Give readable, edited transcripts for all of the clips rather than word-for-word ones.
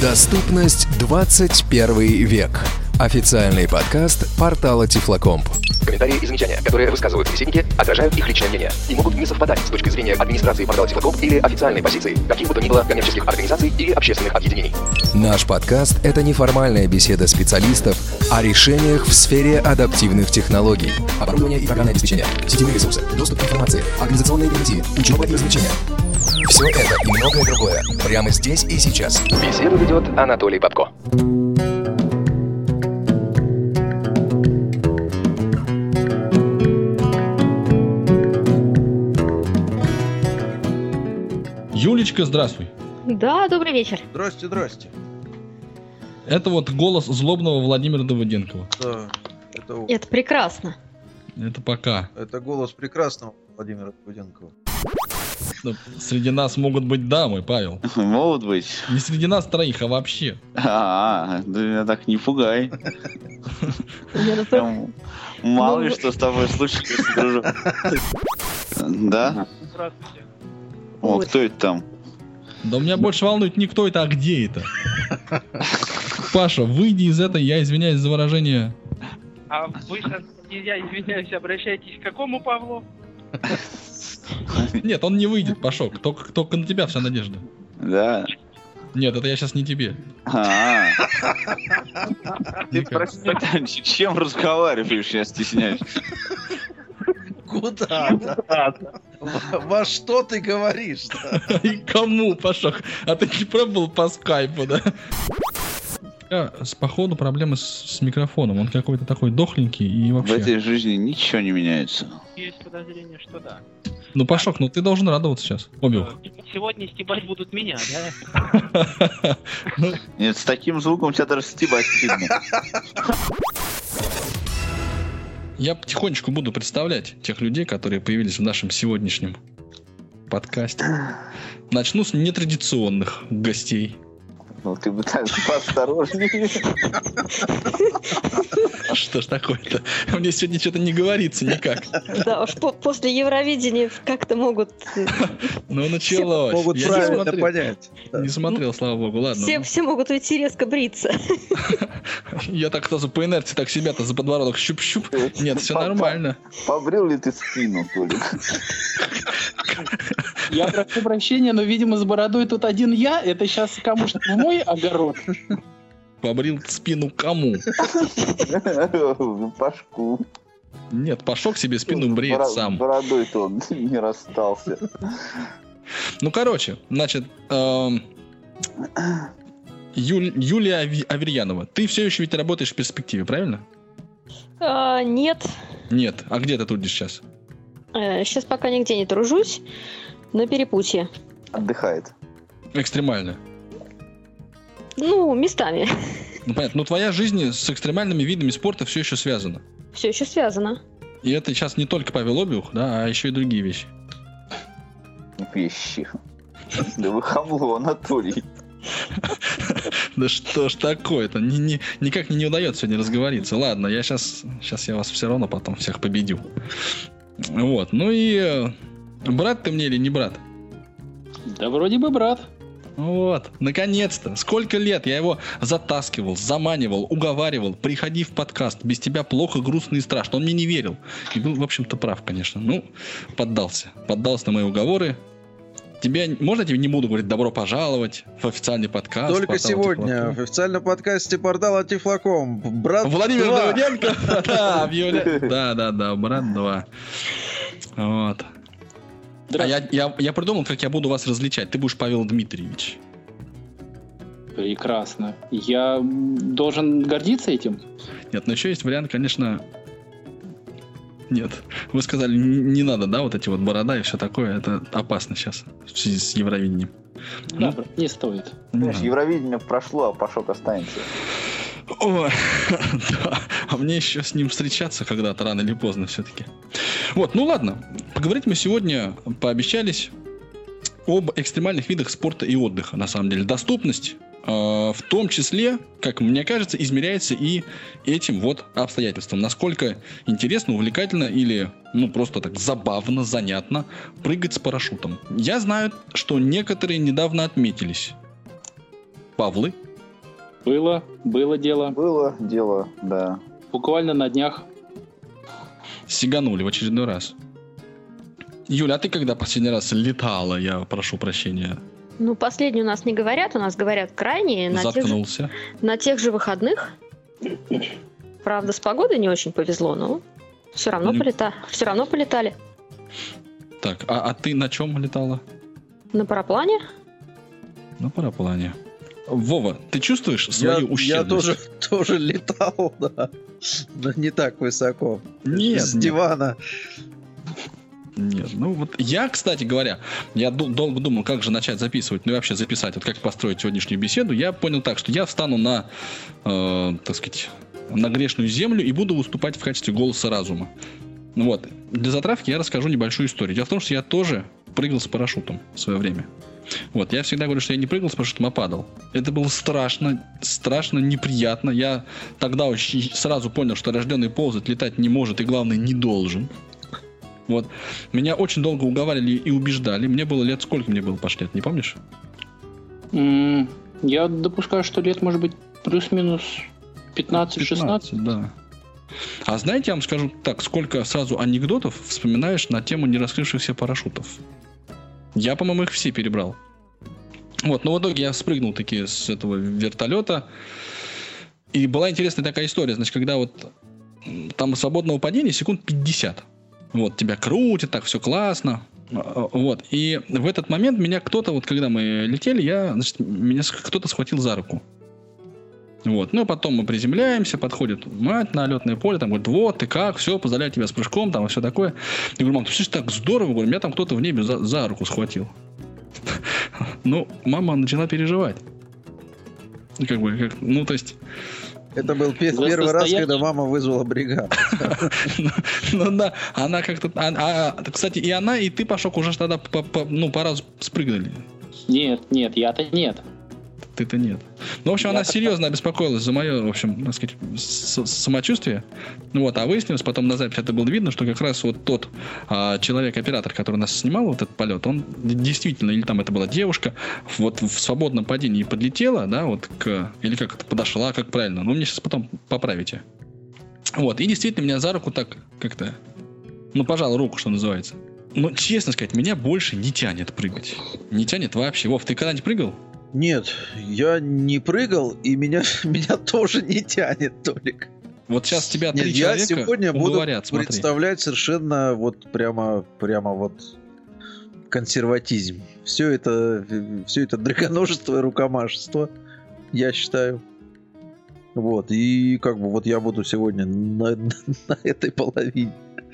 Доступность 21 век. Официальный подкаст портала Тифлокомп. Комментарии и замечания, которые высказывают собеседники, отражают их личное мнение и могут не совпадать с точки зрения администрации портала Тифлокомп или официальной позиции каких бы то ни было коммерческих организаций или общественных объединений. Наш подкаст – это неформальная беседа специалистов о решениях в сфере адаптивных технологий. Оборудование и программное обеспечение, сетевые ресурсы, доступ к информации, организационные гарантии, учеба и развлечения. Все это и многое другое прямо здесь и сейчас. Беседу ведет Анатолий Бабко. Юлечка, здравствуй. Да, добрый вечер. Здрасте. Это вот голос злобного Владимира Давыденкова. Да, Это прекрасно. Это пока. это голос прекрасного Владимира Давыденкова. Но среди нас могут быть дамы, Павел. Могут быть. Не среди нас троих, а вообще. Ты меня так не пугай. Я Прям мало ли что с тобой случится, дружок. Да? Здравствуйте. О, Вот. кто это там? Да меня больше волнует не кто это, а где это. Паша, выйди из этой, я извиняюсь за выражение. А вы сейчас, я извиняюсь, обращаетесь к какому Павлу? Нет, он не выйдет, Пашок. Только на тебя вся надежда. Да. Нет, это я сейчас не тебе. Ты просто чем разговариваешь, я стесняюсь. Куда? Во что ты говоришь? И кому, Пашок? А ты не пробовал по скайпу, да? Походу проблемы с микрофоном. Он какой-то такой дохленький и В вообще... этой жизни ничего не меняется. Есть подозрение, что да. Ну, Пашок, ты должен радоваться сейчас. Обе. Сегодня стебать будут меня, да? Нет, с таким звуком тебя даже стебать стыдно. Я потихонечку буду представлять тех людей, которые появились в нашем сегодняшнем подкасте. Начну с нетрадиционных гостей. Ну ты бы так поосторожнее. Что ж такое-то? Мне сегодня что-то не говорится никак. Да, уж после Евровидения как-то могут... Ну, началось. Могут Я правильно понять. не смотрел, слава богу, ладно. Все могут уйти резко бриться. Я так сразу по инерции так себя-то за подбородок щуп-щуп. Нет, все нормально. Побрил ли ты спину, Толик? Я прошу прощения, но, видимо, с бородой тут один я. Это сейчас кому что в мой огород? Побрил спину кому? Пашку. Нет, Пашок себе спину бреет сам. Бородой-то он не расстался. Ну, короче, значит, Юлия Аверьянова, ты все еще ведь работаешь в перспективе, правильно? Нет, Нет. А где ты трудишь сейчас? сейчас пока нигде не тружусь. На перепутье. Отдыхает. Экстремально. Ну, местами. Ну, понятно. Но твоя жизнь с экстремальными видами спорта все еще связана. Все еще связано. И это сейчас не только Павел Обиух, да, а еще и другие вещи. Вещи. Да вы хамло, Анатолий. Да что ж такое-то? Никак не удается сегодня разговориться. Ладно, я сейчас я вас все равно потом всех победю. Вот. Ну и брат ты мне или не брат? Да вроде бы брат. Вот, наконец-то. Сколько лет я его затаскивал, заманивал, уговаривал. Приходи в подкаст. Без тебя плохо, грустно и страшно. Он мне не верил. И был, в общем-то, прав, конечно. Ну, поддался. Поддался на мои уговоры. Можно я тебе не буду говорить добро пожаловать в официальный подкаст? Только сегодня в официальном подкасте портала Тифлокомп. Брат Владимир 2. Давыденко. Да, объявляю. Да, брат 2. Вот. А я придумал, как я буду вас различать. Ты будешь Павел Дмитриевич. Прекрасно. Я должен гордиться этим? Нет, но еще есть вариант, конечно... Нет, вы сказали, не надо, да, вот эти вот борода и все такое. Это опасно сейчас в связи с Евровидением. Да, не стоит. Знаешь, Евровидение прошло, а Пашок останется. Ой, да. А мне еще с ним встречаться когда-то, рано или поздно все-таки. Вот, ну ладно. Поговорить мы сегодня пообещались об экстремальных видах спорта и отдыха, на самом деле. Доступность в том числе, как мне кажется, измеряется и этим вот обстоятельством. Насколько интересно, увлекательно или просто так забавно, занятно прыгать с парашютом. Я знаю, что некоторые недавно отметились. Павлы, Было дело. Было дело, да. Буквально на днях. Сиганули в очередной раз. Юля, а ты когда последний раз летала? Я прошу прощения. Ну, последний у нас не говорят, у нас говорят крайние. Заткнулся. На тех же выходных. Правда, с погодой не очень повезло, но все равно полетали. Так, а ты на чем летала? На параплане. На параплане. Вова, ты чувствуешь свою ущербность? Я тоже летал, да. Но не так высоко. С дивана. Нет, ну вот я, кстати говоря, я долго думал, как же начать записывать, ну и вообще записать, вот как построить сегодняшнюю беседу. Я понял так, что я встану на, так сказать, на грешную землю и буду выступать в качестве голоса разума. Ну вот, для затравки я расскажу небольшую историю. Дело в том, что я тоже прыгал с парашютом в свое время. Вот, я всегда говорю, что я не прыгал с парашютом, а падал. Это было страшно неприятно. Я тогда сразу понял, что рожденный ползать, летать не может и, главное, не должен. Вот. Меня очень долго уговаривали и убеждали. Мне было лет... Сколько мне было, Паш, лет, не помнишь? Я допускаю, что лет, может быть, плюс-минус 15-16. Да. А знаете, я вам скажу так, сколько сразу анекдотов вспоминаешь на тему нераскрывшихся парашютов? Я, по-моему, их все перебрал. Вот, но в итоге я спрыгнул таки с этого вертолета. И была интересная такая история. Значит, когда вот там свободного падения секунд 50. Вот, тебя крутит, так все классно. Вот, и в этот момент меня кто-то, вот когда мы летели, меня кто-то схватил за руку. Вот, ну, потом мы приземляемся, подходит мать на летное поле, там говорит, вот, ты как, все, поздравляю тебя с прыжком, там, и все такое. Я говорю, мам, ты слышишь, так здорово, говорю, меня там кто-то в небе за руку схватил. Ну, мама начала переживать. Ну, то есть... Это был первый раз, когда мама вызвала бригаду. Ну да, она как-то... Кстати, и она, и ты, Пашок, уже тогда по разу спрыгнули. Нет, я-то нет. Ты-то нет. Ну, в общем, она серьезно обеспокоилась за мое, в общем, так сказать, самочувствие. Вот, а выяснилось потом на записи, это было видно, что как раз вот тот человек-оператор, который нас снимал, вот этот полет, он действительно, или там это была девушка, вот в свободном падении подлетела, да, вот или как это подошла, как правильно. Ну, мне сейчас потом поправите. Вот, и действительно меня за руку так как-то, пожал руку, что называется. Но, честно сказать, меня больше не тянет прыгать. Не тянет вообще. Вов, ты когда-нибудь прыгал? Нет, я не прыгал, и меня тоже не тянет, Толик. Вот сейчас тебя три Нет, человека я сегодня уговорят, буду представлять совершенно вот прямо вот консерватизм. Все это драконожество и рукомашество, я считаю. Вот, и как бы вот я буду сегодня на этой половине.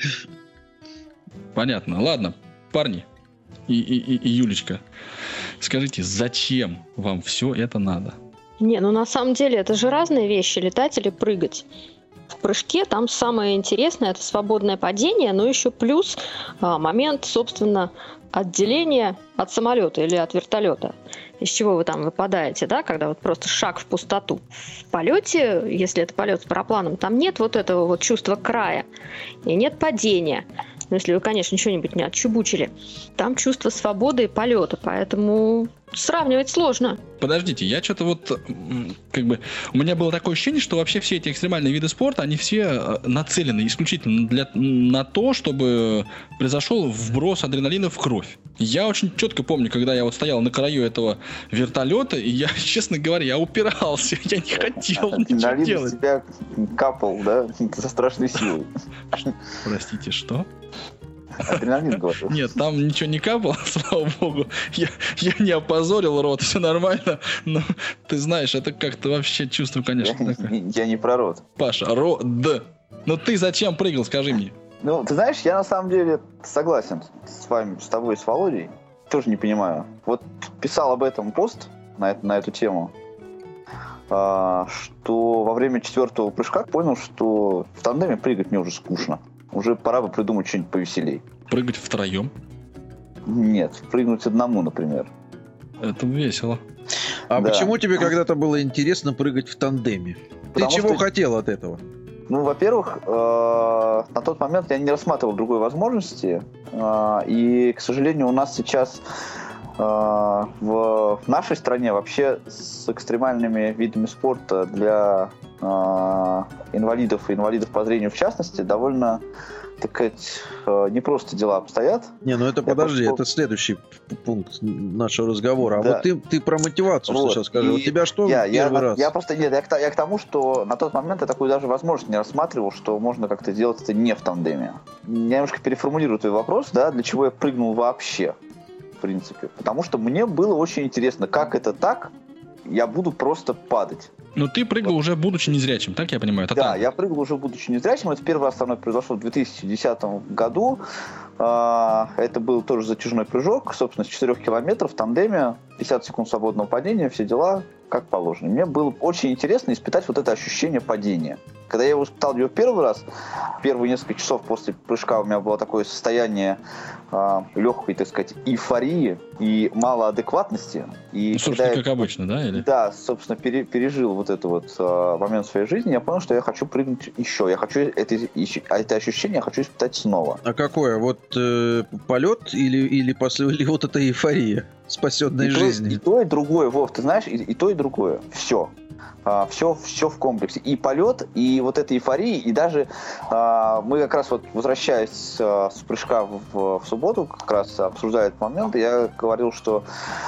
Понятно. Ладно, парни и Юлечка, скажите, зачем вам все это надо? Не, ну на самом деле это же разные вещи, летать или прыгать. В прыжке там самое интересное — это свободное падение, но еще плюс момент, собственно, отделения от самолета или от вертолета. Из чего вы там выпадаете, да, когда вот просто шаг в пустоту. В полете, если это полет с парапланом, там нет вот этого вот чувства края и нет падения. Ну, если вы, конечно, что-нибудь не отчебучили. Там чувство свободы и полета, поэтому сравнивать сложно. Подождите, я что-то вот, как бы, у меня было такое ощущение, что вообще все эти экстремальные виды спорта, они все нацелены исключительно на то, чтобы произошел вброс адреналина в кровь. Я очень четко помню, когда я вот стоял на краю этого вертолета, и я, честно говоря, я упирался, я не хотел ничего делать. Адреналин с тебя капал, да, со страшной силой. Простите, что? Адреналин, говорю. Нет, там ничего не капало, слава богу. Я не опозорил рот, все нормально. Но ты знаешь, это как-то вообще чувство, конечно, такое. Я не про рот. Паша, ну ты зачем прыгал, скажи мне? Ну, ты знаешь, я на самом деле согласен с тобой, с Володей. Тоже не понимаю. Вот писал об этом пост на эту тему, что во время 4-го прыжка понял, что в тандеме прыгать мне уже скучно. Уже пора бы придумать что-нибудь повеселей. Прыгать втроем? Нет, прыгнуть одному, например. Это весело. А да. Почему тебе когда-то было интересно прыгать в тандеме? Потому ты чего хотел от этого? Ну, во-первых, на тот момент я не рассматривал другой возможности. И, к сожалению, у нас сейчас в нашей стране вообще с экстремальными видами спорта для инвалидов и инвалидов по зрению в частности довольно, так сказать, непросто дела обстоят. Не, ну это подожди, это следующий пункт нашего разговора. А да. вот ты про мотивацию вот. Сейчас скажи. У тебя что первый раз? Я просто я к тому, что на тот момент я такую даже возможность не рассматривал, что можно как-то делать это не в тандеме. Я немножко переформулирую твой вопрос, да, для чего я прыгнул вообще, в принципе. Потому что мне было очень интересно, как это так, я буду просто падать. Ну, ты прыгал уже будучи незрячим, так я понимаю? Да, я прыгал уже будучи незрячим. Это первый раз со мной произошло в 2010 году. Это был тоже затяжной прыжок, собственно, с 4 километров в тандеме, 50 секунд свободного падения, все дела как положено. Мне было очень интересно испытать вот это ощущение падения. Когда я его испытал первый раз, первые несколько часов после прыжка у меня было такое состояние легкой, так сказать, эйфории и малоадекватности. И ну, собственно, как обычно, да? Или? Да, собственно, пережил вот этот вот момент в своей жизни, я понял, что я хочу прыгнуть еще. Я хочу это ощущение я хочу испытать снова. А какое? Вот полет или вот эта эйфория спасенной жизни? И то, и другое, Вов, ты знаешь, и то, и другое. Все. Все в комплексе. И полет, и вот эта эйфория, и даже мы как раз вот, возвращаясь с прыжка в субботу, как раз обсуждая этот момент, я говорил, что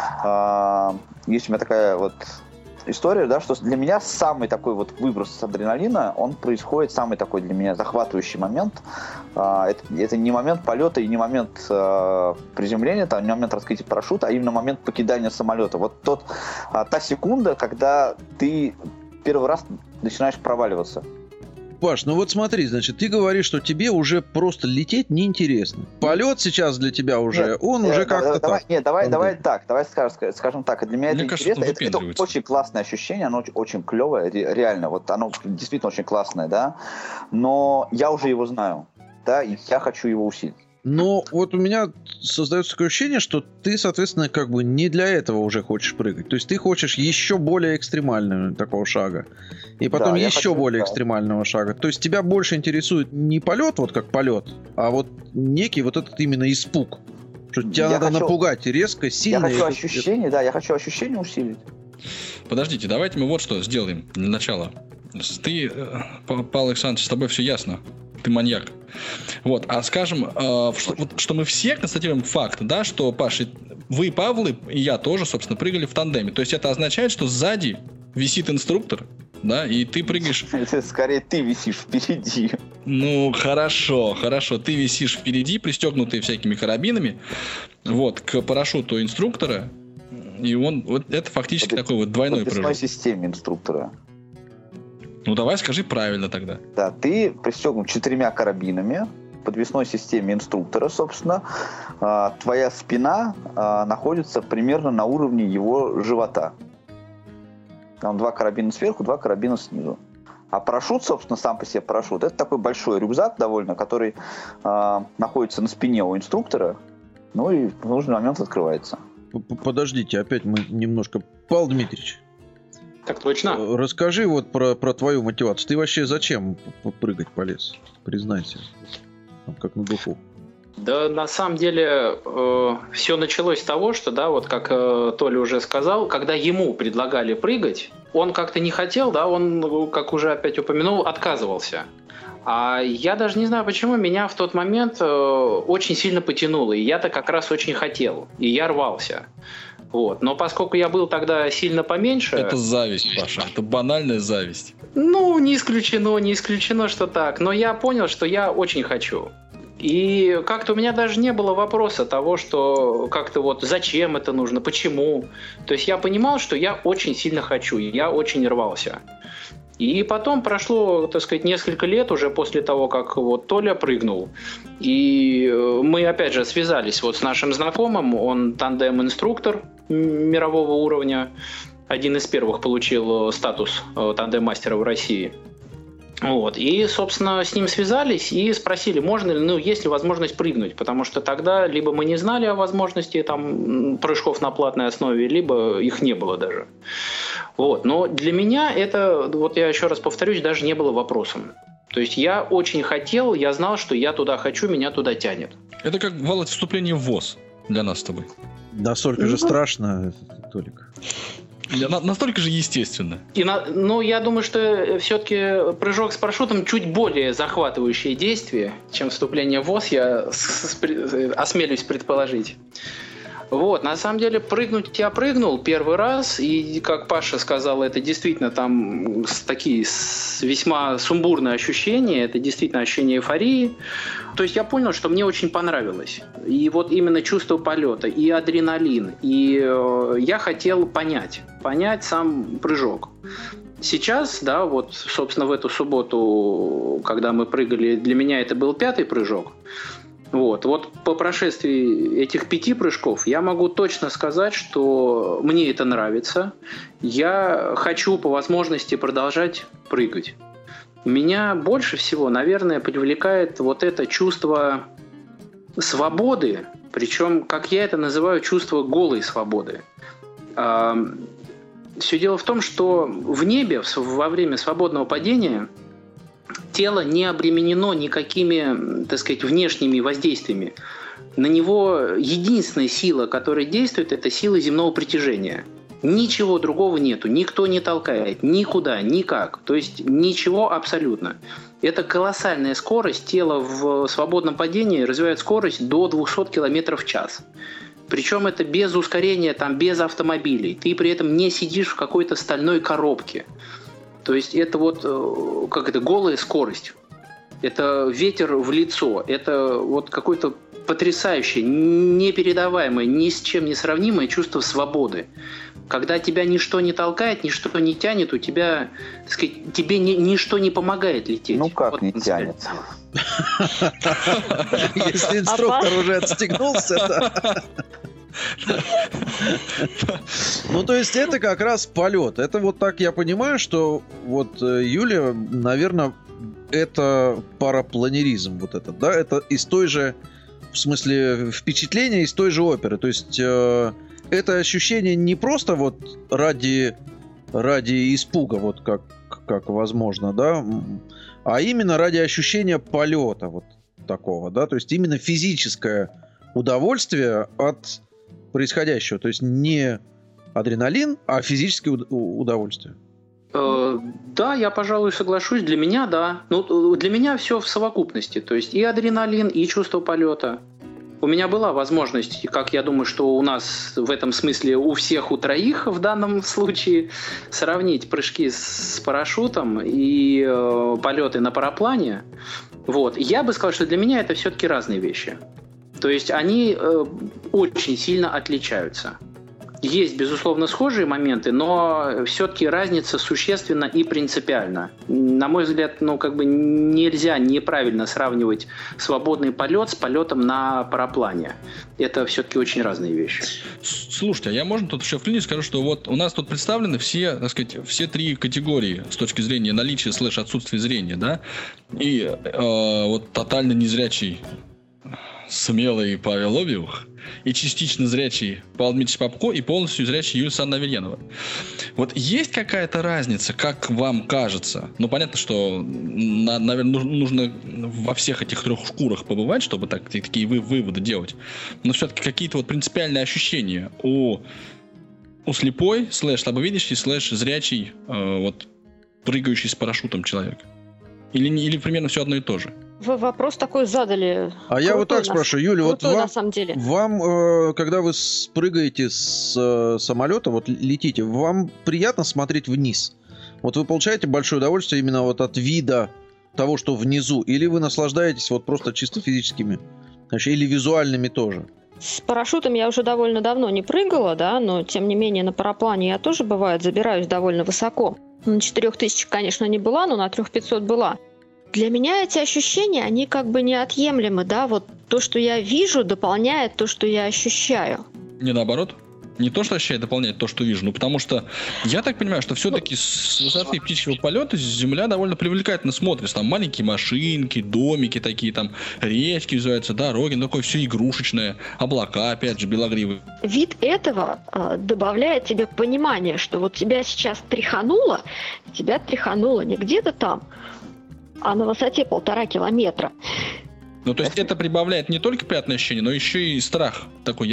есть у меня такая вот история, да, что для меня самый такой вот выброс адреналина, он происходит, самый такой для меня захватывающий момент. Это не момент полета и не момент приземления, не момент раскрытия парашюта, а именно момент покидания самолета. Вот та секунда, когда ты первый раз начинаешь проваливаться. Паш, ну вот смотри, значит, ты говоришь, что тебе уже просто лететь неинтересно. Полет сейчас для тебя уже, уже как-то так. Нет, давай скажем так, для меня мне это кажется, интересно. Это очень классное ощущение, оно очень клевое, реально, вот оно действительно очень классное, да, но я уже его знаю, да, и я хочу его усилить. Но вот у меня создается такое ощущение, что ты, соответственно, как бы не для этого уже хочешь прыгать. То есть ты хочешь еще более экстремального такого шага. И потом еще более экстремального шага. То есть тебя больше интересует не полет, вот как полет, а вот некий вот этот именно испуг. Что тебя надо напугать резко, сильно. Я хочу ощущение, я хочу ощущение усилить. Подождите, давайте мы вот что сделаем для начала. Ты, Павел Александрович, с тобой все ясно. Ты маньяк. Вот, а скажем, что мы все констатируем факт, да, что, Паша, вы, Павлы, и я тоже, собственно, прыгали в тандеме. То есть это означает, что сзади висит инструктор, да, и ты прыгаешь... Скорее, ты висишь впереди. Ну, хорошо, ты висишь впереди, пристегнутый всякими карабинами, вот, к парашюту инструктора, и он, вот это фактически такой вот двойной прыжок. В подвесной системе инструктора. Ну, давай скажи правильно тогда. Да, ты пристегнут 4 карабинами в подвесной системе инструктора, собственно. Твоя спина находится примерно на уровне его живота. Там 2 карабина сверху, 2 карабина снизу. А парашют, собственно, сам по себе парашют, это такой большой рюкзак довольно, который находится на спине у инструктора, ну и в нужный момент открывается. Подождите, опять мы немножко... Павел Дмитриевич. Так точно. Расскажи вот про твою мотивацию. Ты вообще зачем прыгать полез? Признайся. Как на духу. Да, на самом деле, все началось с того, что, да, вот как Толя уже сказал, когда ему предлагали прыгать, он как-то не хотел, да, он, как уже опять упомянул, отказывался. А я даже не знаю почему, меня в тот момент очень сильно потянуло, и я-то как раз очень хотел, и я рвался. Вот. Но поскольку я был тогда сильно поменьше... Это зависть, Паша, это банальная зависть. Ну, не исключено, что так. Но я понял, что я очень хочу. И как-то у меня даже не было вопроса того, что как-то вот зачем это нужно, почему. То есть я понимал, что я очень сильно хочу, я очень рвался. И потом прошло, так сказать, несколько лет уже после того, как вот Толя прыгнул. И мы, опять же, связались вот с нашим знакомым. Он тандем-инструктор мирового уровня. Один из первых получил статус тандем-мастера в России. Вот. И, собственно, с ним связались и спросили, можно ли, есть ли возможность прыгнуть. Потому что тогда либо мы не знали о возможности там, прыжков на платной основе, либо их не было даже. Вот. Но для меня это, вот я еще раз повторюсь, даже не было вопросом. То есть я очень хотел, я знал, что я туда хочу, меня туда тянет. Это как, Володь, вступление в ВОЗ для нас с тобой. Настолько же страшно, Толик. Настолько же естественно. Я думаю, что все-таки прыжок с парашютом чуть более захватывающее действие, чем вступление в ВОС, я осмелюсь предположить. Вот, на самом деле, прыгнуть я прыгнул первый раз, и, как Паша сказал, это действительно там такие весьма сумбурные ощущения, это действительно ощущение эйфории. То есть я понял, что мне очень понравилось. И вот именно чувство полета, и адреналин, и я хотел понять сам прыжок. Сейчас, да, вот, собственно, в эту субботу, когда мы прыгали, для меня это был 5-й прыжок. Вот по прошествии этих 5 прыжков я могу точно сказать, что мне это нравится. Я хочу по возможности продолжать прыгать. Меня больше всего, наверное, привлекает вот это чувство свободы, причем, как я это называю, чувство голой свободы. Все дело в том, что в небе во время свободного падения тело не обременено никакими, так сказать, внешними воздействиями. На него единственная сила, которая действует, это сила земного притяжения. Ничего другого нету, никто не толкает, никуда, никак. То есть ничего абсолютно. Это колоссальная скорость. Тело в свободном падении развивает скорость до 200 км в час. Причем это без ускорения, без автомобилей. Ты при этом не сидишь в какой-то стальной коробке. То есть это голая скорость. Это ветер в лицо. Это вот какое-то потрясающее, непередаваемое, ни с чем не сравнимое чувство свободы. Когда тебя ничто не толкает, ничто не тянет, у тебя, так сказать, тебе ничто не помогает лететь. Ну как не тянет? Если инструктор уже отстегнулся, ну, то есть это как раз полет. Это вот так я понимаю, что вот Юлия, наверное, это парапланеризм вот этот, да? Это из той же, в смысле, впечатление из той же оперы. То есть это ощущение не просто вот ради испуга, вот как возможно, да, а именно ради ощущения полета вот такого, да? То есть именно физическое удовольствие от происходящего. То есть не адреналин, а физическое удовольствие. Да, я, пожалуй, соглашусь. Для меня, да. Ну, для меня все в совокупности. То есть и адреналин, и чувство полета. У меня была возможность, как я думаю, что у нас в этом смысле у всех, у троих в данном случае, сравнить прыжки с парашютом и полеты на параплане. Вот. Я бы сказал, что для меня это все-таки разные вещи. То есть они очень сильно отличаются. Есть, безусловно, схожие моменты, но все-таки разница существенна и принципиальна. На мой взгляд, нельзя неправильно сравнивать свободный полет с полетом на параплане. Это все-таки очень разные вещи. Слушайте, а я можно тут еще вклинюсь, скажу, что вот у нас тут представлены все, так сказать, все 3 категории с точки зрения наличия / отсутствия зрения, да? И вот тотально незрячий смелый Павел Обиух, и частично зрячий Павел Дмитриевич Попко, и полностью зрячий Юлия Александровна Аверьянова. Вот есть какая-то разница, как вам кажется? Ну, понятно, что, наверное, нужно во всех этих 3 шкурах побывать, чтобы такие выводы делать. Но все-таки какие-то вот принципиальные ощущения у слепой, / слабовидящий, / зрячий, вот прыгающий с парашютом человек. Или примерно все одно и то же? Вы вопрос такой задали. А я вот так спрашиваю, Юля, вот на самом деле. Вам, когда вы спрыгаете с самолета, вот летите, вам приятно смотреть вниз? Вот вы получаете большое удовольствие именно вот от вида того, что внизу, или вы наслаждаетесь вот просто чисто физическими, или визуальными тоже? С парашютом я уже довольно давно не прыгала, да, но тем не менее на параплане я тоже, бывает, забираюсь довольно высоко. На 4000, конечно, не была, но на 3500 была. Для меня эти ощущения, они как бы неотъемлемы, да, вот то, что я вижу, дополняет то, что я ощущаю. Не наоборот? Не то, что ощущает, дополняет то, что вижу. Ну, потому что я так понимаю, что все-таки с высоты птичьего полета Земля довольно привлекательно смотрится. Там маленькие машинки, домики такие, там речки называются, дороги, ну, такое все игрушечное, облака, опять же, белогривые. Вид этого добавляет тебе понимание, что вот тебя сейчас тряхануло не где-то там, а на высоте 1,5 километра. Ну, то есть это прибавляет не только приятное ощущение, но еще и страх. Такой,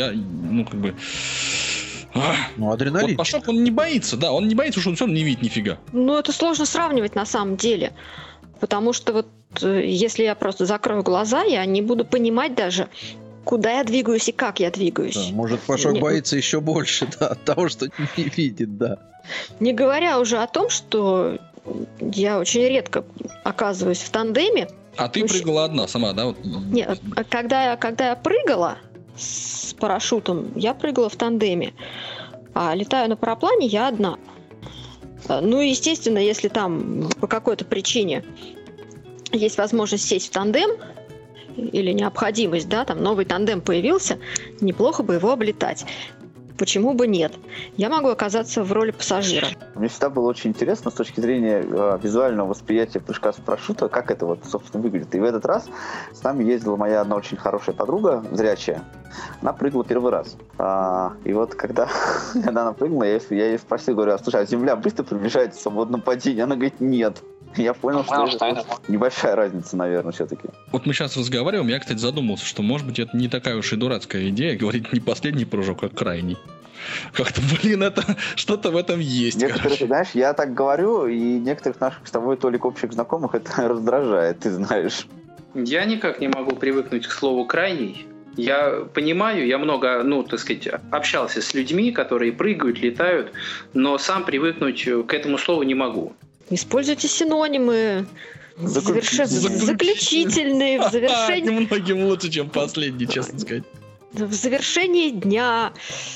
адреналин. Вот Пашок, он не боится, да, он не боится, что он все равно не видит нифига. Ну, это сложно сравнивать на самом деле. Потому что вот если я просто закрою глаза, я не буду понимать даже, куда я двигаюсь и как я двигаюсь. Да, может, Пашок боится еще больше, да, от того, что не видит, да. Не говоря уже о том, что я очень редко оказываюсь в тандеме. А ты прыгала одна сама, да? Нет, когда я прыгала с парашютом, я прыгала в тандеме. А летаю на параплане я одна. Ну, естественно, если там по какой-то причине есть возможность сесть в тандем, или необходимость, да, там новый тандем появился, неплохо бы его облетать. Почему бы нет? Я могу оказаться в роли пассажира. Мне всегда было очень интересно с точки зрения визуального восприятия прыжка с парашюта, как это вот, собственно, выглядит. И в этот раз с нами ездила моя одна очень хорошая подруга, зрячая. Она прыгала первый раз. И вот когда она прыгнула, я ее спросил, говорю, слушай, а Земля быстро приближается в свободном падении? Она говорит, нет. Я понял, что это небольшая разница, наверное, все-таки. Вот мы сейчас разговариваем, я, кстати, задумался, что, может быть, это не такая уж и дурацкая идея, говорить не последний прыжок, а крайний. Как-то, это что-то в этом есть. Некоторые, знаешь, я так говорю, и некоторых наших с тобой, Толик, общих знакомых это раздражает, ты знаешь. Я никак не могу привыкнуть к слову «крайний». Я понимаю, я много, общался с людьми, которые прыгают, летают, но сам привыкнуть к этому слову не могу. Используйте синонимы. Заключительные. В завершении... Многим лучше, чем последний, честно сказать. В завершении дня,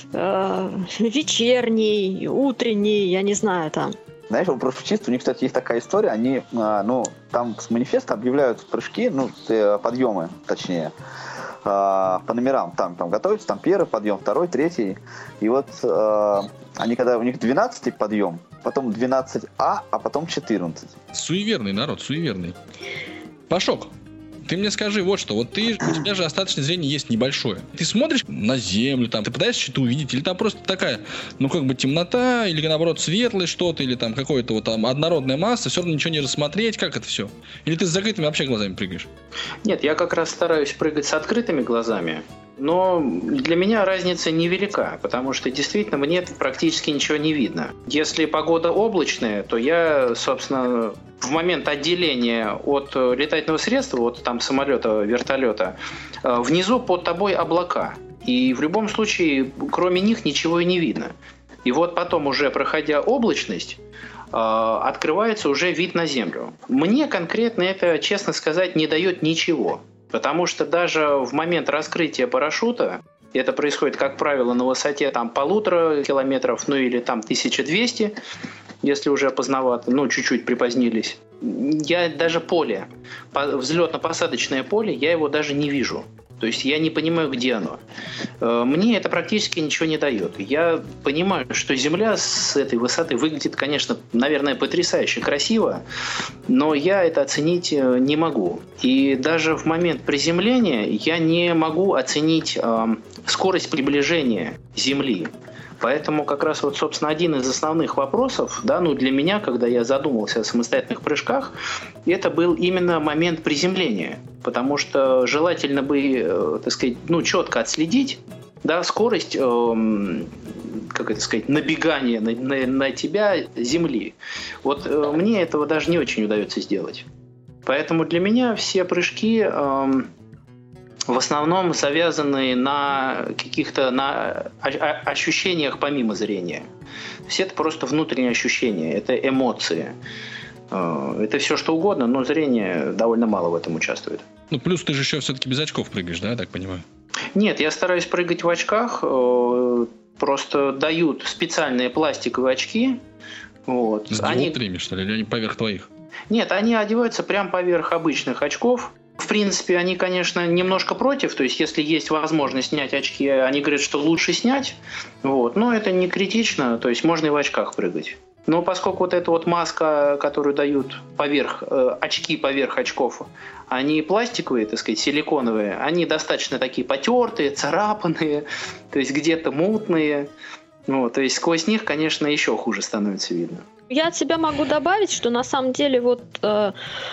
вечерний, утренний, я не знаю, там. Знаешь, у парашютистов, у них, кстати, есть такая история, они, там с манифеста объявляют прыжки, подъемы, точнее, по номерам, там готовятся, там первый подъем, второй, третий, и вот они, когда у них 12-й подъем, потом 12А, а потом 14. Суеверный народ, суеверный. Пашок, ты мне скажи вот что, у тебя же остаточное зрение есть небольшое. Ты смотришь на землю, ты пытаешься что-то увидеть, или там просто такая, темнота, или наоборот светлое что-то, или там какое-то однородная масса, все равно ничего не рассмотреть, как это все? Или ты с закрытыми вообще глазами прыгаешь? Нет, я как раз стараюсь прыгать с открытыми глазами, но для меня разница невелика, потому что действительно мне практически ничего не видно. Если погода облачная, то я, собственно, в момент отделения от летательного средства, от самолета, вертолета, внизу под тобой облака. И в любом случае, кроме них, ничего и не видно. И вот потом, уже проходя облачность, открывается уже вид на землю. Мне конкретно это, честно сказать, не дает ничего. Потому что даже в момент раскрытия парашюта, это происходит, как правило, на высоте 1,5 километров, или 1200, если уже поздновато, чуть-чуть припозднились. Я даже поле, взлетно-посадочное поле, я его даже не вижу. То есть я не понимаю, где оно. Мне это практически ничего не дает. Я понимаю, что Земля с этой высоты выглядит, конечно, наверное, потрясающе красиво, но я это оценить не могу. И даже в момент приземления я не могу оценить скорость приближения Земли. Поэтому как раз собственно, один из основных вопросов, для меня, когда я задумался о самостоятельных прыжках, это был именно момент приземления. Потому что желательно бы, четко отследить, скорость, набегания на тебя Земли. Мне этого даже не очень удается сделать. Поэтому для меня все прыжки в основном завязаны на каких-то ощущениях помимо зрения. Все это просто внутренние ощущения, это эмоции. Это все что угодно, но зрение довольно мало в этом участвует. Плюс ты же еще все-таки без очков прыгаешь, да, я так понимаю? Нет, я стараюсь прыгать в очках. Просто дают специальные пластиковые очки. С диоптриями, что ли, или они поверх твоих? Нет, они одеваются прямо поверх обычных очков. В принципе, они, конечно, немножко против, то есть если есть возможность снять очки, они говорят, что лучше снять, но это не критично, то есть можно и в очках прыгать. Но поскольку эта маска, которую дают очки поверх очков, они пластиковые, силиконовые, они достаточно такие потертые, царапанные, то есть где-то мутные, то есть сквозь них, конечно, еще хуже становится видно. Я от себя могу добавить, что на самом деле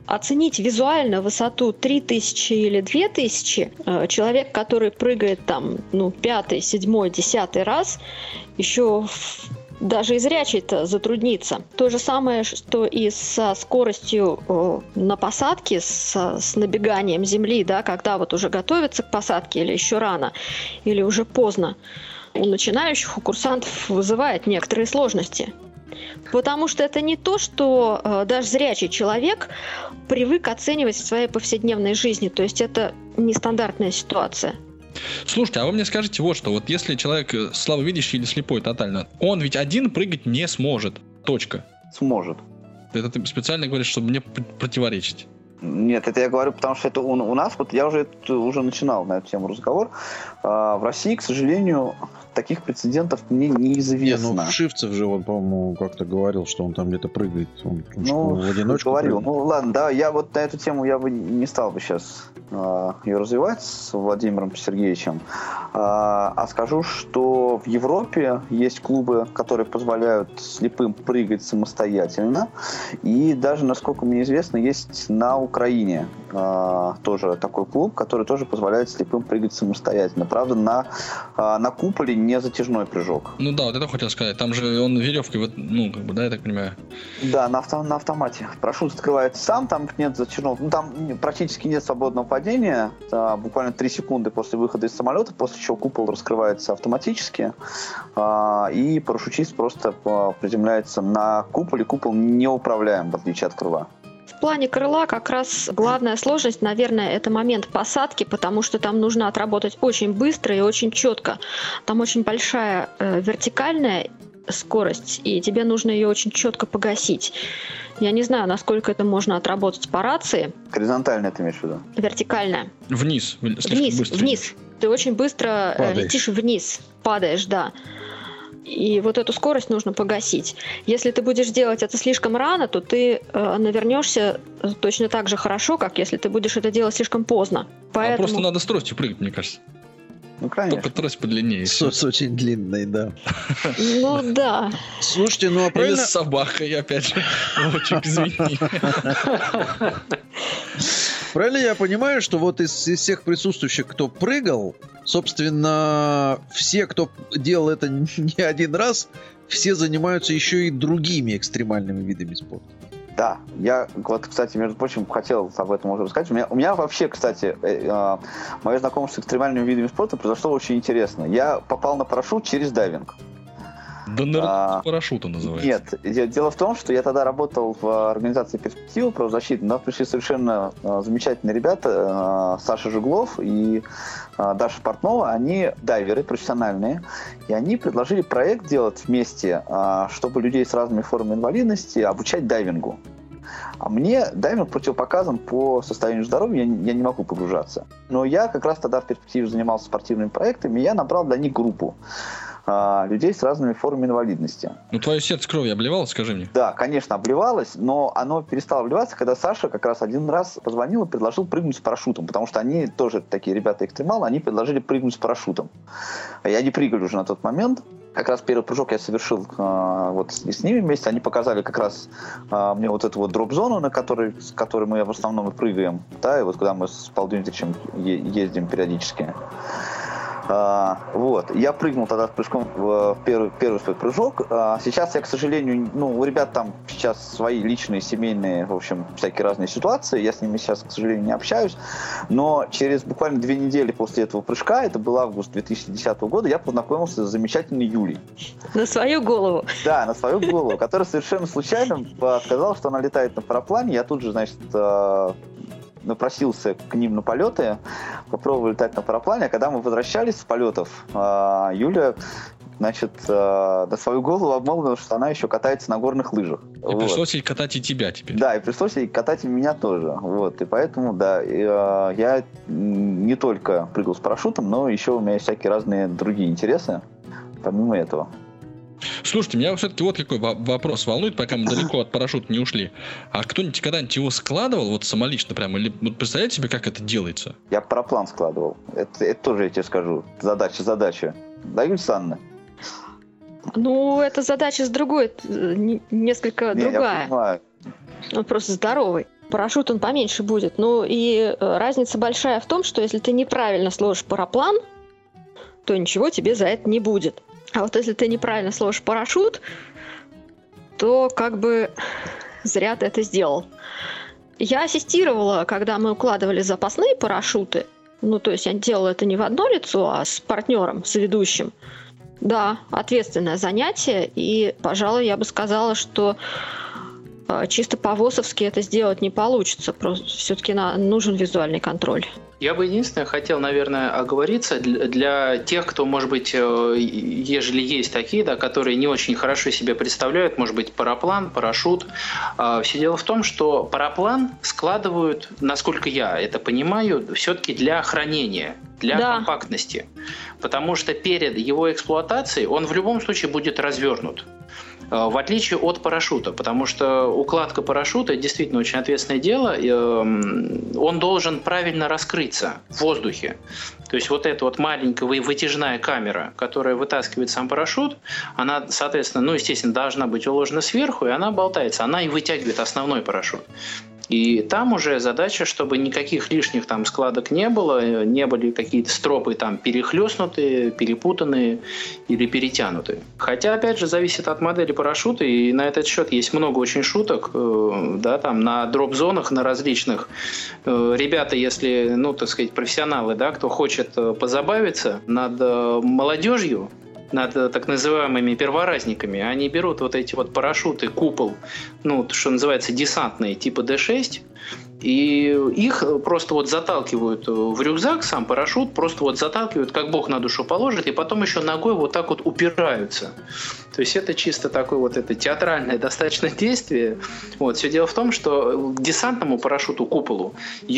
оценить визуально высоту 3000 или 2000, человек, который прыгает там, 5-й, 7-й, 10-й раз, еще даже и зрячий-то затруднится. То же самое, что и со скоростью на посадке, с набеганием земли, да, когда вот уже готовятся к посадке или еще рано, или уже поздно. У начинающих, у курсантов вызывает некоторые сложности. Потому что это не то, что даже зрячий человек привык оценивать в своей повседневной жизни. То есть это нестандартная ситуация. Слушайте, а вы мне скажите вот что. Вот если человек слабовидящий или слепой тотально, он ведь один прыгать не сможет. Точка. Сможет. Это ты специально говоришь, чтобы мне противоречить. Нет, это я говорю, потому что это у нас, вот я уже начинал на эту тему разговор. В России, к сожалению, таких прецедентов мне неизвестно. Шивцев же, он, по-моему, как-то говорил, что он там где-то прыгает. Он в одиночку говорил. прыгает. Ладно, да, я вот на эту тему я бы не стал бы сейчас ее развивать с Владимиром Сергеевичем. А скажу, что в Европе есть клубы, которые позволяют слепым прыгать самостоятельно. И даже, насколько мне известно, есть на Украине тоже такой клуб, который тоже позволяет слепым прыгать самостоятельно. Правда, на куполе не затяжной прыжок. Ну да, вот это хотел сказать. Там же он веревкой, да, я так понимаю. Да, на автомате. Парашют открывается сам, там нет затяжного, там практически нет свободного падения. Буквально 3 секунды после выхода из самолета, после чего купол раскрывается автоматически, и парашютист просто приземляется на куполе. Купол неуправляем, в отличие от крыла. В плане крыла как раз главная сложность, наверное, это момент посадки, потому что там нужно отработать очень быстро и очень четко. Там очень большая вертикальная скорость, и тебе нужно ее очень четко погасить. Я не знаю, насколько это можно отработать по рации. Горизонтальная ты имеешь в виду? Вертикальная. Вниз. Вниз. Ты очень быстро летишь вниз, падаешь, да. И вот эту скорость нужно погасить. Если ты будешь делать это слишком рано, то ты навернешься точно так же хорошо, как если ты будешь это делать слишком поздно. Поэтому... просто надо с тростью прыгать, мне кажется. Ну, конечно. Только трость подлиннее. С очень длинной, да. Ну, да. Слушайте, ну а правильно... Или с собакой, опять же. Вовчик, извини. Правильно я понимаю, что вот из всех присутствующих, кто прыгал, собственно, все, кто делал это не один раз, все занимаются еще и другими экстремальными видами спорта. Да, я вот, кстати, между прочим, хотел об этом уже рассказать. У меня вообще, кстати, мое знакомство с экстремальными видами спорта произошло очень интересно. Я попал на парашют через дайвинг. Да, парашюта называется. Нет, дело в том, что я тогда работал в организации «Перспектива» правозащиты. У нас пришли совершенно замечательные ребята, Саша Жиглов и Даша Портнова. Они дайверы профессиональные, и они предложили проект делать вместе, чтобы людей с разными формами инвалидности обучать дайвингу. А мне дайвинг противопоказан по состоянию здоровья, я не могу погружаться. Но я как раз тогда в «Перспективе» занимался спортивными проектами, и я набрал для них группу людей с разными формами инвалидности. Ну, твое сердце кровью обливалось, скажи мне? Да, конечно, обливалось, но оно перестало обливаться, когда Саша как раз один раз позвонил и предложил прыгнуть с парашютом, потому что они тоже такие ребята-экстремалы, они предложили прыгнуть с парашютом. И они прыгали уже на тот момент. Как раз первый прыжок я совершил вот с ними вместе. Они показали как раз мне вот эту вот дроп-зону, с которой мы в основном и прыгаем, да, и вот куда мы с Павлом Дмитриевичем ездим периодически. Вот. Я прыгнул тогда с прыжком в первый свой прыжок. Сейчас я, к сожалению, у ребят там сейчас свои личные, семейные, в общем, всякие разные ситуации. Я с ними сейчас, к сожалению, не общаюсь. Но через буквально 2 недели после этого прыжка, это был август 2010 года, я познакомился с замечательной Юлей. На свою голову. Да, на свою голову, которая совершенно случайно сказала, что она летает на параплане. Я тут же, значит, напросился к ним на полеты, попробовал летать на параплане, а когда мы возвращались с полетов, Юля, значит, на свою голову обмолвила, что она еще катается на горных лыжах. И пришлось ей катать и тебя теперь. Да, и пришлось ей катать и меня тоже. Вот, и поэтому, да, я не только прыгал с парашютом, но еще у меня есть всякие разные другие интересы, помимо этого. Слушайте, меня все-таки вот какой вопрос волнует, пока мы далеко от парашюта не ушли. А кто-нибудь когда-нибудь его складывал, вот самолично прямо? Или вот представляете себе, как это делается? Я параплан складывал. Это тоже я тебе скажу. Задача. Да, Юлия Александровна? Ну, эта задача с другой, несколько другая. Я понимаю. Он просто здоровый. Парашют он поменьше будет. Ну и разница большая в том, что если ты неправильно сложишь параплан, то ничего тебе за это не будет. А вот если ты неправильно сложишь парашют, то как бы зря ты это сделал. Я ассистировала, когда мы укладывали запасные парашюты. Ну, то есть я делала это не в одно лицо, а с партнером, с ведущим. Да, ответственное занятие. И, пожалуй, я бы сказала, что чисто по-ВОСовски это сделать не получится. Просто все-таки нужен визуальный контроль. Я бы единственное хотел, наверное, оговориться для тех, кто, может быть, ежели есть такие, да, которые не очень хорошо себе представляют, может быть, параплан, парашют. Все дело в том, что параплан складывают, насколько я это понимаю, все-таки для хранения, для компактности. Потому что перед его эксплуатацией он в любом случае будет развернут. В отличие от парашюта, потому что укладка парашюта действительно очень ответственное дело, он должен правильно раскрыться в воздухе. То есть вот эта вот маленькая вытяжная камера, которая вытаскивает сам парашют, она, соответственно, естественно, должна быть уложена сверху, и она болтается, она и вытягивает основной парашют. И там уже задача, чтобы никаких лишних там складок не было, не были какие-то стропы там перехлестнутые, перепутанные или перетянутые. Хотя, опять же, зависит от модели парашюта, и на этот счет есть много очень шуток, да, там на дроп-зонах, на различных. Ребята, если, так сказать, профессионалы, да, кто хочет позабавиться над молодежью, над так называемыми перворазниками, они берут вот эти вот парашюты, купол, что называется десантные, типа D6, и их просто вот заталкивают в рюкзак, сам парашют, просто вот заталкивают, как Бог на душу положит, и потом еще ногой вот так вот упираются. То есть это чисто такое вот это театральное достаточно действие. Вот. Все дело в том, что к десантному парашюту, куполу,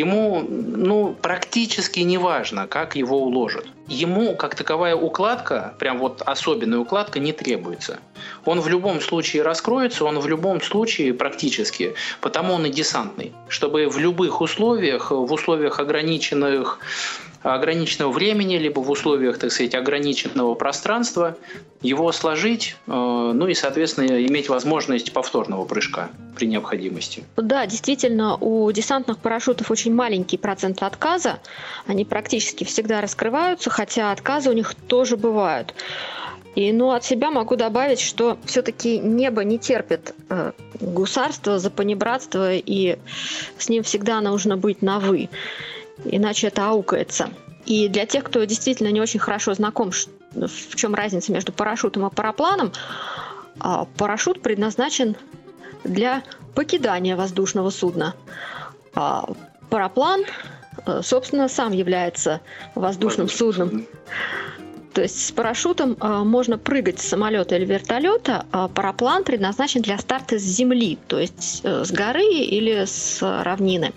ему практически не важно, как его уложат. Ему как таковая укладка, прям вот особенная укладка, не требуется. Он в любом случае раскроется, он в любом случае практически, потому он и десантный. Чтобы в любых условиях, в условиях ограниченного времени, либо в условиях, так сказать, ограниченного пространства, его сложить, и, соответственно, иметь возможность повторного прыжка при необходимости. Да, действительно, у десантных парашютов очень маленький процент отказа. Они практически всегда раскрываются, хотя отказы у них тоже бывают. И от себя могу добавить, что все-таки небо не терпит гусарства, запанибратства, и с ним всегда нужно быть на «вы», иначе это аукается. И для тех, кто действительно не очень хорошо знаком, в чем разница между парашютом и парапланом, парашют предназначен для покидания воздушного судна. А параплан, собственно, сам является воздушным судном. То есть с парашютом можно прыгать с самолета или вертолета, а параплан предназначен для старта с земли, то есть с горы или с равнины.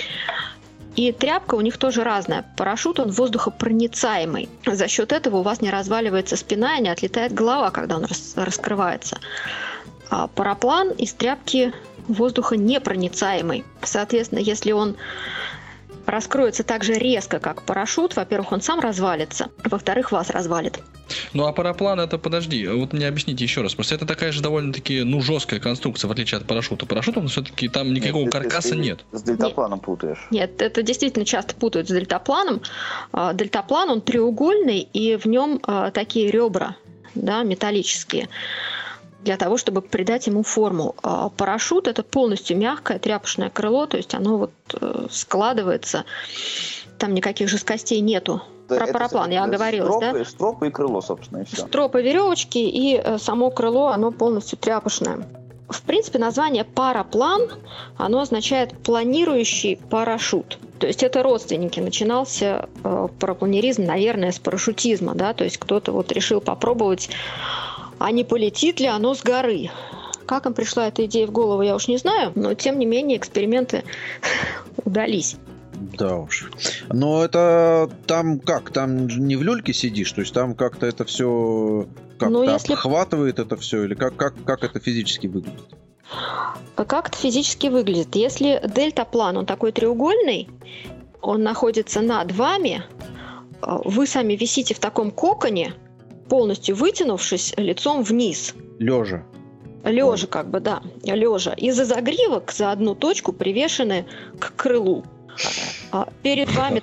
И тряпка у них тоже разная. Парашют, он воздухопроницаемый. За счет этого у вас не разваливается спина и не отлетает голова, когда он раскрывается. А параплан из тряпки воздухонепроницаемый. Соответственно, если он раскроется так же резко, как парашют, во-первых, он сам развалится, во-вторых, вас развалит. А параплан это, подожди, вот мне объясните еще раз, просто это такая же довольно-таки, жесткая конструкция, в отличие от парашюта. Парашют, он все-таки там никакого каркаса нет. С дельтапланом путаешь. Нет, это действительно часто путают с дельтапланом. Дельтаплан, он треугольный, и в нем такие ребра, да, металлические, для того, чтобы придать ему форму. А парашют — это полностью мягкое тряпочное крыло, то есть оно складывается, там никаких жесткостей нету. Да, про параплан я оговорилась, да? Стропы и крыло, собственно, и все. Стропы, веревочки, и само крыло, оно полностью тряпочное. В принципе, название параплан, оно означает планирующий парашют. То есть это родственники. Начинался парапланеризм, наверное, с парашютизма, да, то есть кто-то решил попробовать, а не полетит ли оно с горы. Как им пришла эта идея в голову, я уж не знаю, но тем не менее эксперименты удались. Да уж. Но это там как? Там не в люльке сидишь? То есть там как-то это все как-то обхватывает это все? Или как это физически выглядит? Как это физически выглядит? Если дельтаплан, он такой треугольный, он находится над вами, вы сами висите в таком коконе, полностью вытянувшись лицом вниз. Лежа. Лежа, как бы, да, лежа. И за загривок за одну точку привешены к крылу. Перед вами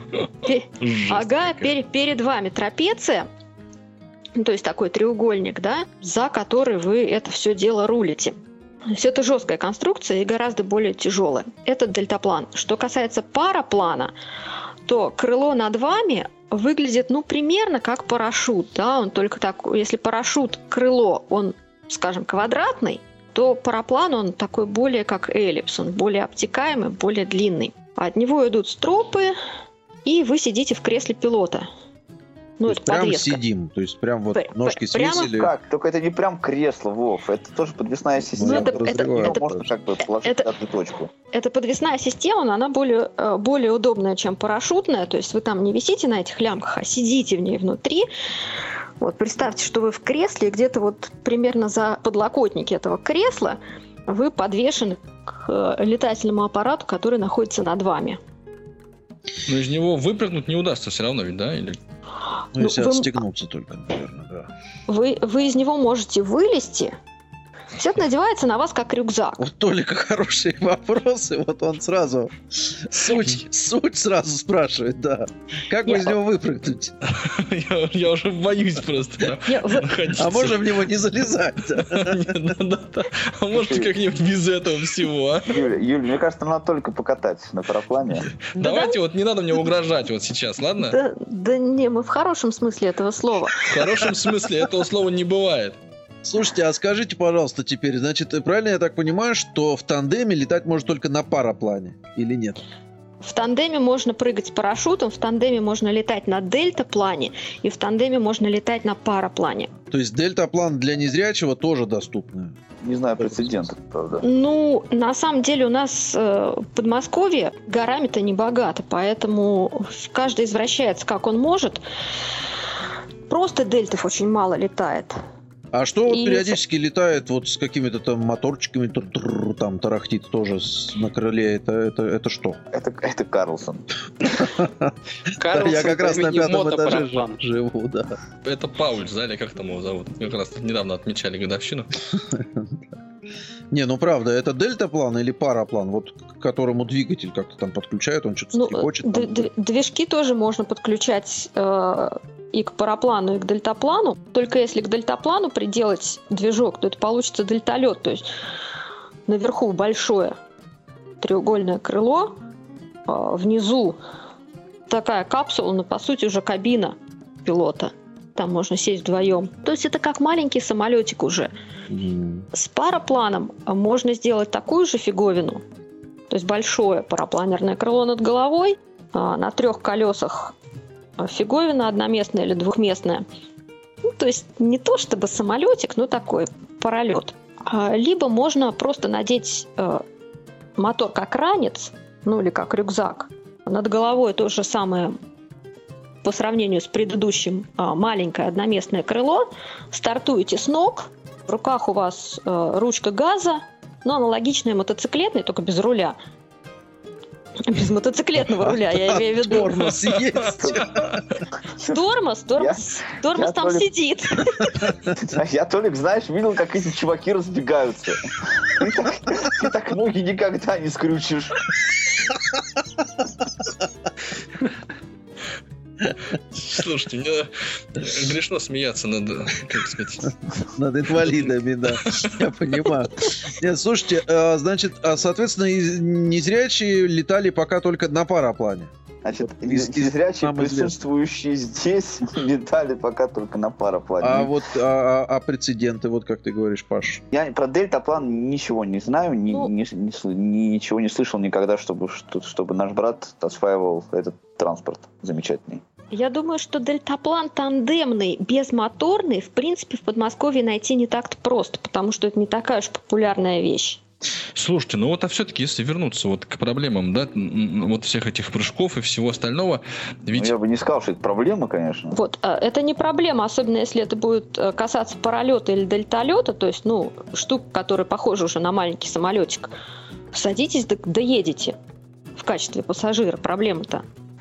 перед вами трапеция, то есть такой треугольник, да, за который вы это все дело рулите. То есть это жесткая конструкция и гораздо более тяжелая. Это дельтаплан. Что касается параплана, то крыло над вами выглядит, примерно как парашют, да, он только так, если парашют, крыло, он, скажем, квадратный, то параплан, он такой более как эллипс, он более обтекаемый, более длинный. От него идут стропы, и вы сидите в кресле пилота. То есть прям сидим, то есть прям вот ножки свесили. Как? Только это не прям кресло, Вов, это тоже подвесная система. Можно как бы положить одну точку. Это подвесная система, но она более удобная, чем парашютная, то есть вы там не висите на этих лямках, а сидите в ней внутри. Вот представьте, что вы в кресле, и где-то вот примерно за подлокотники этого кресла вы подвешены к летательному аппарату, который находится над вами. Но из него выпрыгнуть не удастся все равно ведь, да? Или... если отстегнуться только, наверное, да. Вы из него можете вылезти. Все это надевается на вас как рюкзак. Вот Толика хорошие вопросы, вот он сразу суть сразу спрашивает, да. Как вы из него выпрыгнуть? Я уже боюсь просто. А можно в него не залезать? А может как-нибудь без этого всего? Юля, мне кажется, надо только покатать на параплане. Давайте вот не надо мне угрожать вот сейчас, ладно? Да не, мы в хорошем смысле этого слова. В хорошем смысле этого слова не бывает. Слушайте, а скажите, пожалуйста, теперь, значит, правильно я так понимаю, что в тандеме летать можно только на параплане или нет? В тандеме можно прыгать с парашютом, в тандеме можно летать на дельтаплане, и в тандеме можно летать на параплане. То есть дельтаплан для незрячего тоже доступный? Не знаю прецедентов, правда. На самом деле у нас в Подмосковье горами-то не богато, поэтому каждый извращается как он может. Просто дельтов очень мало летает. А что вот периодически летает вот с какими-то там моторчиками, там тарахтит тоже на крыле, это что? Это Карлсон. Я как раз на 5-м этаже живу, да. Это Пауль, знаете, как там его зовут? Как раз недавно отмечали годовщину. Не, правда, это дельтаплан или параплан, вот к которому двигатель как-то там подключают, он что-то стрекочет. Движки тоже можно подключать и к параплану, и к дельтаплану. Только если к дельтаплану приделать движок, то это получится дельталет. То есть наверху большое треугольное крыло, внизу такая капсула, но по сути уже кабина пилота. Там можно сесть вдвоем. То есть это как маленький самолетик уже. С парапланом можно сделать такую же фиговину. То есть большое парапланерное крыло над головой, на 3 колесах фиговина одноместная или двухместная. То есть не то чтобы самолетик, но такой паралет. Либо можно просто надеть мотор как ранец, или как рюкзак. Над головой то же самое по сравнению с предыдущим маленькое одноместное крыло. Стартуете с ног, в руках у вас ручка газа, аналогичная мотоциклетной, только без руля. Без мотоциклетного руля, я имею в виду. Тормоз есть. Тормоз там сидит. Я, Толик, знаешь, видел, как эти чуваки разбегаются. Ты так ноги никогда не скрючишь. Слушайте, мне грешно смеяться над, над инвалидами, да, я понимаю. Нет, слушайте, значит, соответственно, незрячие летали пока только на параплане. Значит, незрячие, присутствующие здесь, летали пока только на параплане. А вот прецеденты, вот как ты говоришь, Паш? Я про дельтаплан ничего не знаю, ничего не слышал никогда, чтобы наш брат осваивал этот транспорт замечательный. Я думаю, что дельтаплан тандемный, безмоторный, в принципе, в Подмосковье найти не так-то просто, потому что это не такая уж популярная вещь. Слушайте, а все-таки, если вернуться вот к проблемам, да, вот всех этих прыжков и всего остального, ведь... Я бы не сказал, что это проблема, конечно. Вот, это не проблема, особенно если это будет касаться паралета или дельталета, то есть, штук, которые похожи уже на маленький самолетик. Садитесь, доедете в качестве пассажира, проблема-то.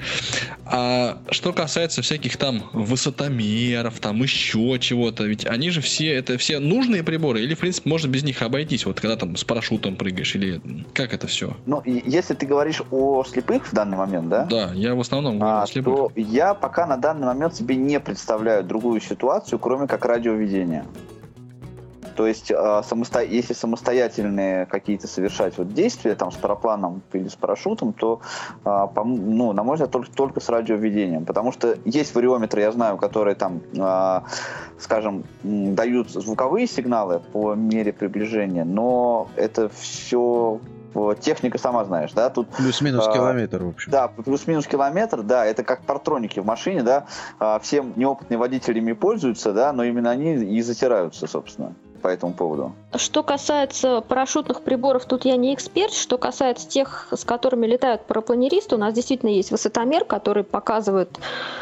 А что касается всяких там высотомеров, там еще чего-то, ведь они же все нужные приборы, или, в принципе, можно без них обойтись, вот когда там с парашютом прыгаешь, или как это все? Ну, если ты говоришь о слепых в данный момент, да? Да, я в основном говорю о слепых. То я пока на данный момент себе не представляю другую ситуацию, кроме как радиоведения. То есть, если самостоятельные какие-то совершать вот действия там, с парапланом или с парашютом, то, на мой взгляд, только с радиоведением. Потому что есть вариометры, я знаю, которые там, скажем, дают звуковые сигналы по мере приближения, но это все... Техника, сама знаешь, да, тут... Плюс-минус километр, в общем. Да, плюс-минус километр, да, это как партроники в машине, да, все неопытные водители ими пользуются, да, но именно они и затираются, собственно, по этому поводу. Что касается парашютных приборов, тут я не эксперт. Что касается тех, с которыми летают парапланеристы, у нас действительно есть высотомер, который показывает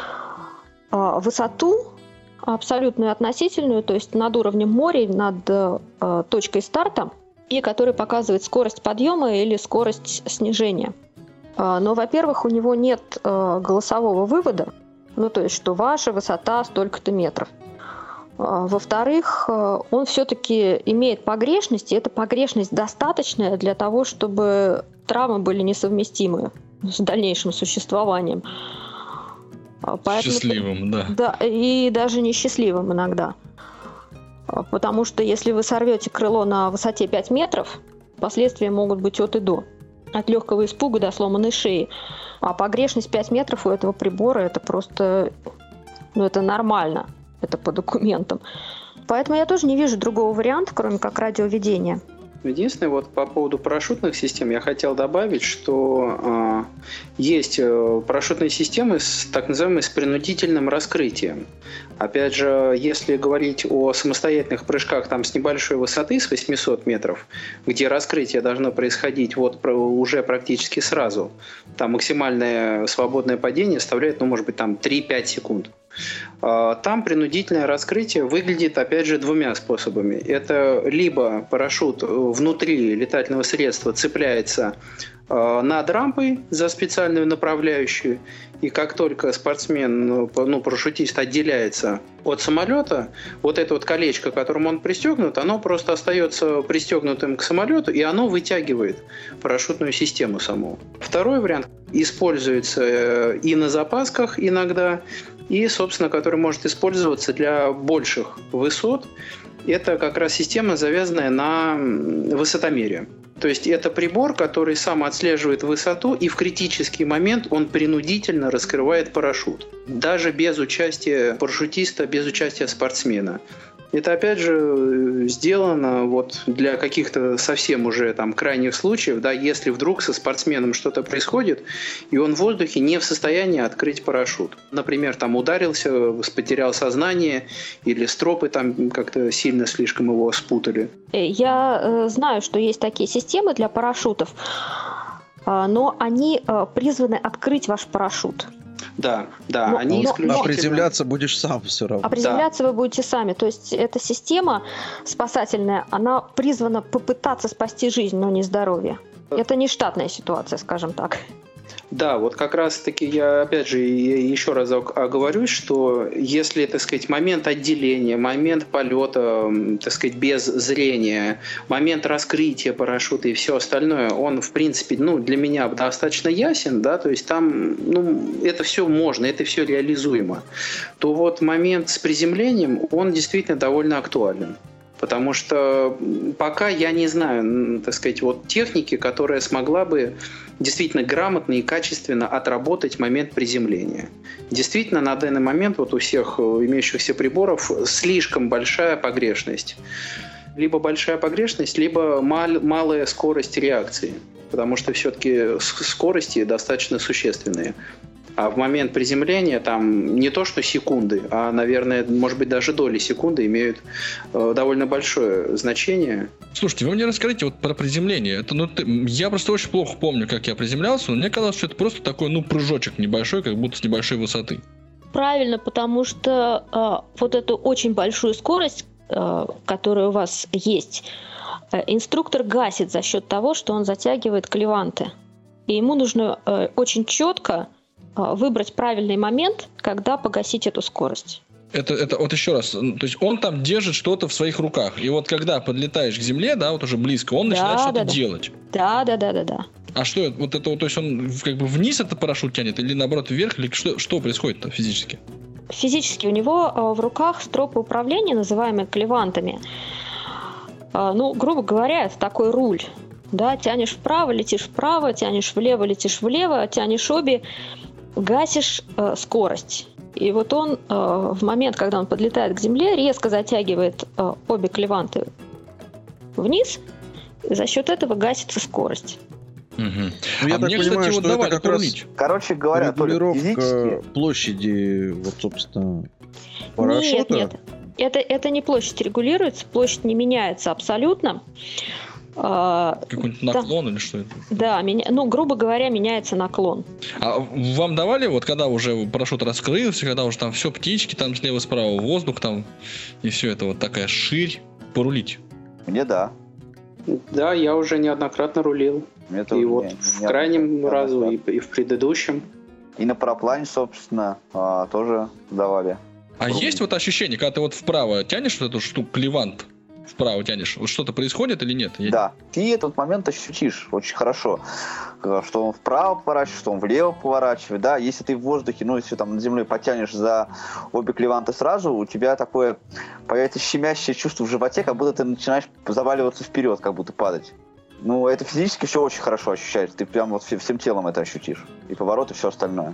высоту абсолютную и относительную, то есть над уровнем моря, над точкой старта, и который показывает скорость подъема или скорость снижения. Но, во-первых, у него нет голосового вывода, то есть, что ваша высота столько-то метров. Во-вторых, он все-таки имеет погрешность, и эта погрешность достаточная для того, чтобы травмы были несовместимы с дальнейшим существованием. Поэтому, счастливым, да. Да, и даже несчастливым иногда. Потому что если вы сорвете крыло на высоте 5 метров, последствия могут быть от и до. От легкого испуга до сломанной шеи. А погрешность 5 метров у этого прибора это просто... это нормально. Это по документам. Поэтому я тоже не вижу другого варианта, кроме как радиоведения. Единственное, вот по поводу парашютных систем я хотел добавить, что есть парашютные системы с так называемым с принудительным раскрытием. Опять же, если говорить о самостоятельных прыжках там, с небольшой высоты, с 800 метров, где раскрытие должно происходить уже практически сразу, там максимальное свободное падение составляет, может быть, там 3-5 секунд. Там принудительное раскрытие выглядит, опять же, двумя способами. Это либо парашют внутри летательного средства цепляется над рампой за специальную направляющую, и как только спортсмен, парашютист отделяется от самолета, вот это вот колечко, к которому он пристегнут, оно просто остается пристегнутым к самолету, и оно вытягивает парашютную систему саму. Второй вариант используется и на запасках иногда, и, собственно, который может использоваться для больших высот. Это как раз система, завязанная на высотомере. То есть это прибор, который сам отслеживает высоту, и в критический момент он принудительно раскрывает парашют. Даже без участия парашютиста, без участия спортсмена. Это, опять же, сделано вот для каких-то совсем уже там крайних случаев, да, если вдруг со спортсменом что-то происходит, и он в воздухе не в состоянии открыть парашют. Например, там ударился, потерял сознание, или стропы там как-то сильно слишком его спутали. Я знаю, что есть такие системы для парашютов, но они призваны открыть ваш парашют. Да, они исключительно... А приземляться будешь сам все равно. А приземляться вы будете сами. То есть эта система спасательная, она призвана попытаться спасти жизнь, но не здоровье. Это не штатная ситуация, скажем так. Да, вот как раз-таки я, опять же, еще раз оговорюсь, что если, так сказать, момент отделения, момент полета, так сказать, без зрения, момент раскрытия парашюта и все остальное, он, в принципе, для меня достаточно ясен, да, то есть там, это все можно, это все реализуемо, то вот момент с приземлением, он действительно довольно актуален. Потому что пока я не знаю, так сказать, вот техники, которая смогла бы действительно грамотно и качественно отработать момент приземления. Действительно, на данный момент вот у всех имеющихся приборов слишком большая погрешность. Либо большая погрешность, либо малая скорость реакции. Потому что все-таки скорости достаточно существенные. А в момент приземления там не то что секунды, а, наверное, может быть, даже доли секунды имеют довольно большое значение. Слушайте, вы мне расскажите вот про приземление. Это, я просто очень плохо помню, как я приземлялся, но мне казалось, что это просто такой, прыжочек небольшой, как будто с небольшой высоты. Правильно, потому что вот эту очень большую скорость, которая у вас есть, инструктор гасит за счет того, что он затягивает клеванты. И ему нужно очень четко выбрать правильный момент, когда погасить эту скорость. Это вот еще раз, то есть он там держит что-то в своих руках, и вот когда подлетаешь к земле, да, вот уже близко, он начинает что-то делать. Да. А что это? Вот это, то есть он как бы вниз этот парашют тянет, или наоборот вверх, или что происходит-то физически? Физически у него в руках стропы управления, называемые клевантами. Грубо говоря, это такой руль. Да, тянешь вправо, летишь вправо, тянешь влево, летишь влево, тянешь обе, гасишь скорость. И вот он в момент, когда он подлетает к земле, резко затягивает обе клеванты вниз, и за счет этого гасится скорость. Ну, я так понимаю, что это как раз, короче говоря, регулировка площади, вот, собственно, парашюта. Нет. Это не площадь регулируется, площадь не меняется абсолютно. Какой-нибудь наклон или что это? Да, грубо говоря, меняется наклон. А вам давали, вот когда уже парашют раскрылся, когда уже там все, птички, там слева-справа воздух, там, и все это вот такая ширь, порулить? Мне да. Да, я уже неоднократно рулил. И вот в крайнем разу, и в предыдущем. И на параплане, собственно, тоже давали. А есть вот ощущение, когда ты вот вправо тянешь вот эту штуку, клевант, вправо тянешь, вот что-то происходит или нет? Да, ты этот момент ощутишь очень хорошо, что он вправо поворачивает, что он влево поворачивает, да, если ты в воздухе, если там над землей потянешь за обе клеванты сразу, у тебя такое появится щемящее чувство в животе, как будто ты начинаешь заваливаться вперед, как будто падать. Это физически все очень хорошо ощущается, ты прям вот всем телом это ощутишь, и поворот, и все остальное.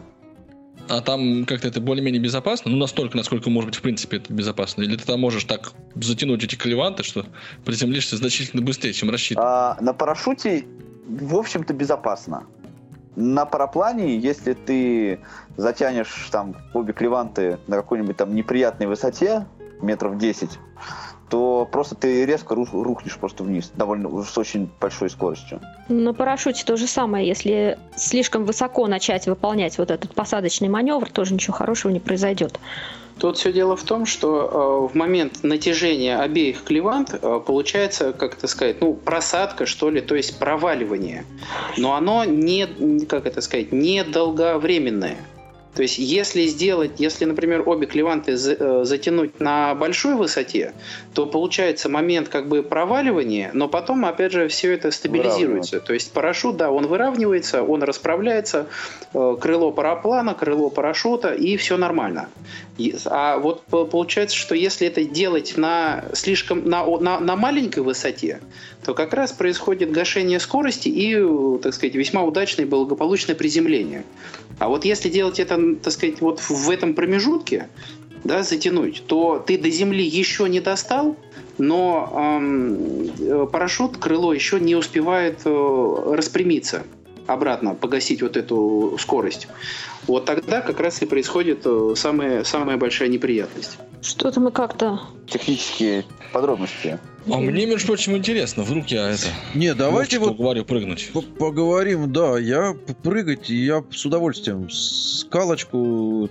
А там как-то это более-менее безопасно? Настолько, насколько, может быть, в принципе это безопасно? Или ты там можешь так затянуть эти клеванты, что приземлишься значительно быстрее, чем рассчитывал? На парашюте, в общем-то, безопасно. На параплане, если ты затянешь там обе клеванты на какой-нибудь там неприятной высоте, метров 10, то просто ты резко рухнешь просто вниз, довольно с очень большой скоростью. На парашюте то же самое. Если слишком высоко начать выполнять вот этот посадочный маневр, тоже ничего хорошего не произойдет. Тут все дело в том, что в момент натяжения обеих клевант получается, как это сказать, просадка, что ли, то есть проваливание. Но оно не долговременное. То есть, если, например, обе клеванты затянуть на большой высоте, то получается момент как бы проваливания, но потом, опять же, все это стабилизируется. То есть парашют, он выравнивается, он расправляется, крыло параплана, крыло парашюта, и все нормально. А вот получается, что если это делать на маленькой высоте, то как раз происходит гашение скорости и, так сказать, весьма удачное и благополучное приземление. А вот если делать это, так сказать, вот в этом промежутке, затянуть, то ты до земли еще не достал, но парашют, крыло еще не успевает распрямиться обратно, погасить вот эту скорость. Вот тогда как раз и происходит самая большая неприятность. Что-то мы как-то... Технические подробности. А мне, между прочим, интересно, вдруг я это... Не, давайте вот говорю, прыгнуть. Поговорим, да, я прыгать, я с удовольствием скакалочку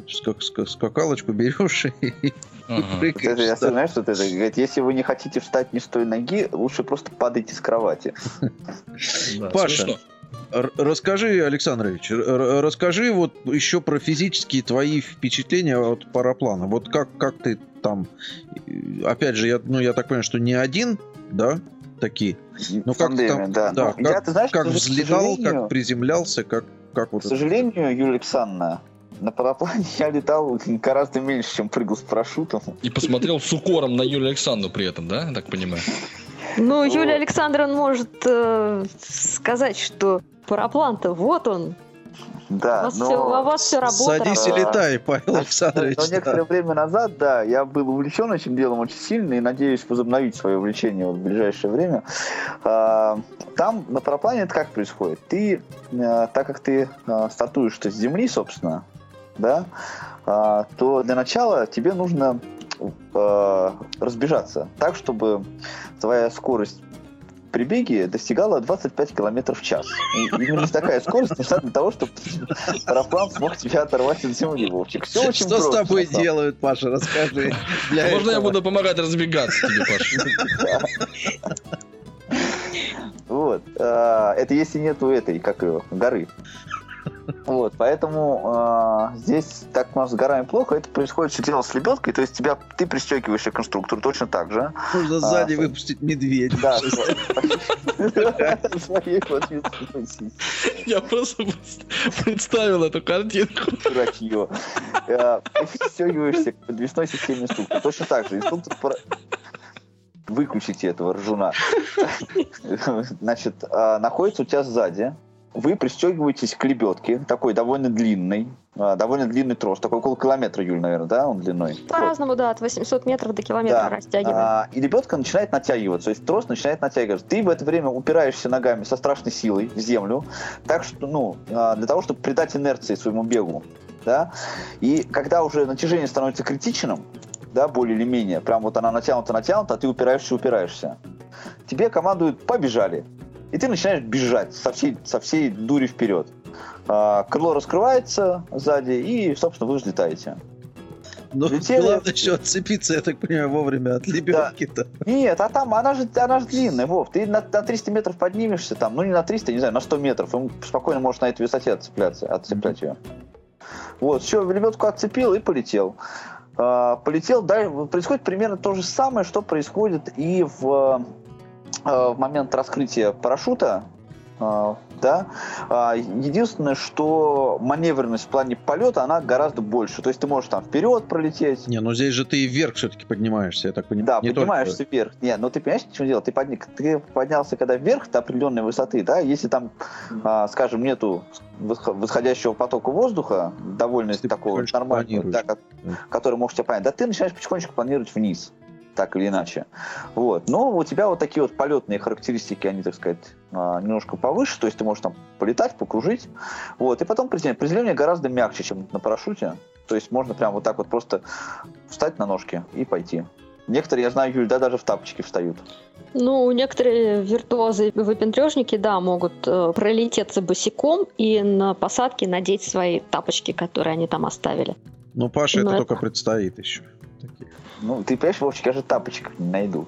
берешь и прыгаешь. Я знаю, что это говорит, если вы не хотите встать не с той ноги, лучше просто падайте с кровати. Паша, расскажи, Александрович, вот еще про физические твои впечатления от параплана. Вот как ты там, опять же, я так понимаю, что не один, да, такие. Ну как ты там, да, как взлетал, как приземлялся, как вот. К сожалению, Юлия Александровна, на параплане я летал гораздо меньше, чем прыгал с парашютом. И посмотрел с укором на Юлию Александровну при этом, да, я так понимаю? Юлия Александровна может сказать, что параплан-то вот он. Да, у вас все работает. Садись и летай, Павел Александрович. Но некоторое время назад, я был увлечен этим делом очень сильно и надеюсь возобновить свое увлечение в ближайшее время. Там на параплане это как происходит? Ты, так как ты стартуешь с земли, собственно, да, то для начала тебе нужно разбежаться так, чтобы твоя скорость при беге достигала 25 км в час. И именно такая скорость нужна для того, чтобы параплан смог тебя оторвать от земли, Вовчик. Все очень просто. Что с тобой делают, Паша, расскажи. Можно я буду помогать разбегаться тебе, Паша? Вот. Это если нету горы. Вот, поэтому здесь так у нас с горами плохо. Это происходит все дело с лебедкой, то есть ты пристегиваешься к конструктору точно так же. Можно сзади выпустить медведя. Да. Я просто представил эту картинку. Дурачье. Ты пристегиваешься к подвесной системе инструктора. Точно так же. Инструктор... Выключите этого ржуна. Значит, находится у тебя сзади. Вы пристегиваетесь к лебедке, такой довольно длинный трос, такой около километра, Юль, наверное, да, он длиной? По-разному, да, от 800 метров до километра растягиваем. И лебедка начинает натягиваться, то есть трос начинает натягиваться. Ты в это время упираешься ногами со страшной силой в землю, так что, для того, чтобы придать инерции своему бегу, да, и когда уже натяжение становится критичным, да, более или менее, прям вот она натянута, а ты упираешься. Тебе командуют «побежали». И ты начинаешь бежать со всей дури вперед. Крыло раскрывается сзади, и, собственно, вы взлетаете. Но главное еще отцепиться, я так понимаю, вовремя от лебедки-то. Да. Нет, а там она же длинная, Вов. Ты на 300 метров поднимешься, там, не на 300, не знаю, на 100 метров. И спокойно можешь на этой высоте отцеплять ее. Вот, все, лебедку отцепил и полетел. Происходит примерно то же самое, что происходит и в момент раскрытия парашюта, да, единственное, что маневренность в плане полета, она гораздо больше. То есть ты можешь там вперед пролететь. Не, ну здесь же ты и вверх все-таки поднимаешься, я так понимаю. Да, поднимаешься вверх. Не, ну ты понимаешь, в чем дело? Ты поднялся когда вверх до определенной высоты, да, если там, скажем, нету восходящего потока воздуха, довольно такого нормального, да, который может тебя понять, да, ты начинаешь потихонечку планировать вниз. Так или иначе. Вот. Но у тебя вот такие вот полетные характеристики, они, так сказать, немножко повыше, то есть ты можешь там полетать, покружить. Вот. И потом приземление гораздо мягче, чем на парашюте. То есть можно прям вот так вот просто встать на ножки и пойти. Некоторые, я знаю, Юль, да, даже в тапочки встают. Ну, некоторые виртуозы-выпендрежники, да, могут пролететься босиком и на посадке надеть свои тапочки, которые они там оставили. Ну, Паше это только предстоит еще. Ну, ты понимаешь, Вовчик, я же тапочек не найду.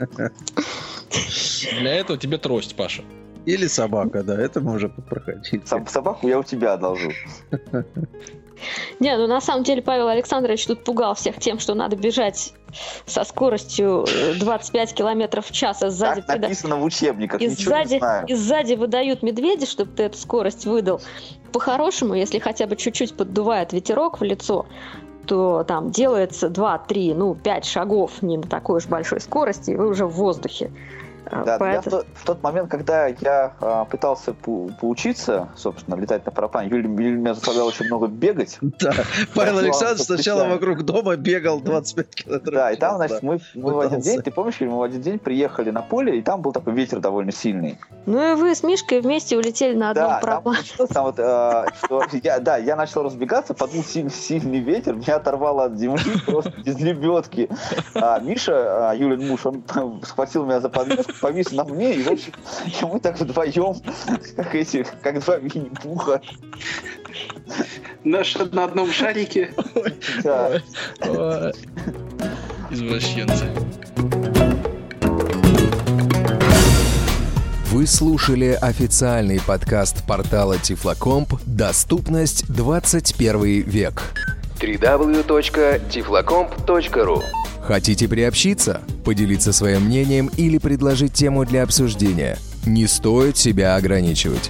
Для этого тебе трость, Паша. Или собака, да, это мы уже проходили. Собаку я у тебя одолжу. Не, ну на самом деле Павел Александрович тут пугал всех тем, что надо бежать со скоростью 25 километров в час, а сзади... Так написано в учебниках, и ничего не знаю. И сзади выдают медведи, чтобы ты эту скорость выдал. По-хорошему, если хотя бы чуть-чуть поддувает ветерок в лицо, то там делается 2, 3, 5 шагов не на такой уж большой скорости, и вы уже в воздухе. Да, поэтому... в тот момент, когда я пытался поучиться, собственно, летать на параплане, Юля меня заставляла очень много бегать. Да, Павел Александрович сначала вокруг дома бегал 25 километров. Да, и там, значит, мы в один день, ты помнишь, мы в один день приехали на поле, и там был такой ветер довольно сильный. Ну и вы с Мишкой вместе улетели на одном параплане. Да, я начал разбегаться, подул сильный ветер, меня оторвало от земли просто без лебедки. Миша, Юлин муж, он схватил меня за подвеску, повис на мне, и, в общем, мы так вдвоем, как два мини-пуха. Наши на одном шарике. Да. Извращенцы. Вы слушали официальный подкаст портала Тифлокомп «Доступность 21 век». www.tiflokomp.ru. Хотите приобщиться, поделиться своим мнением или предложить тему для обсуждения? Не стоит себя ограничивать.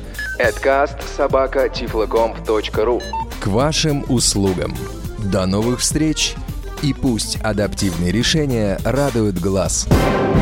@tiflokomp.ru. К вашим услугам. До новых встреч, и пусть адаптивные решения радуют глаз.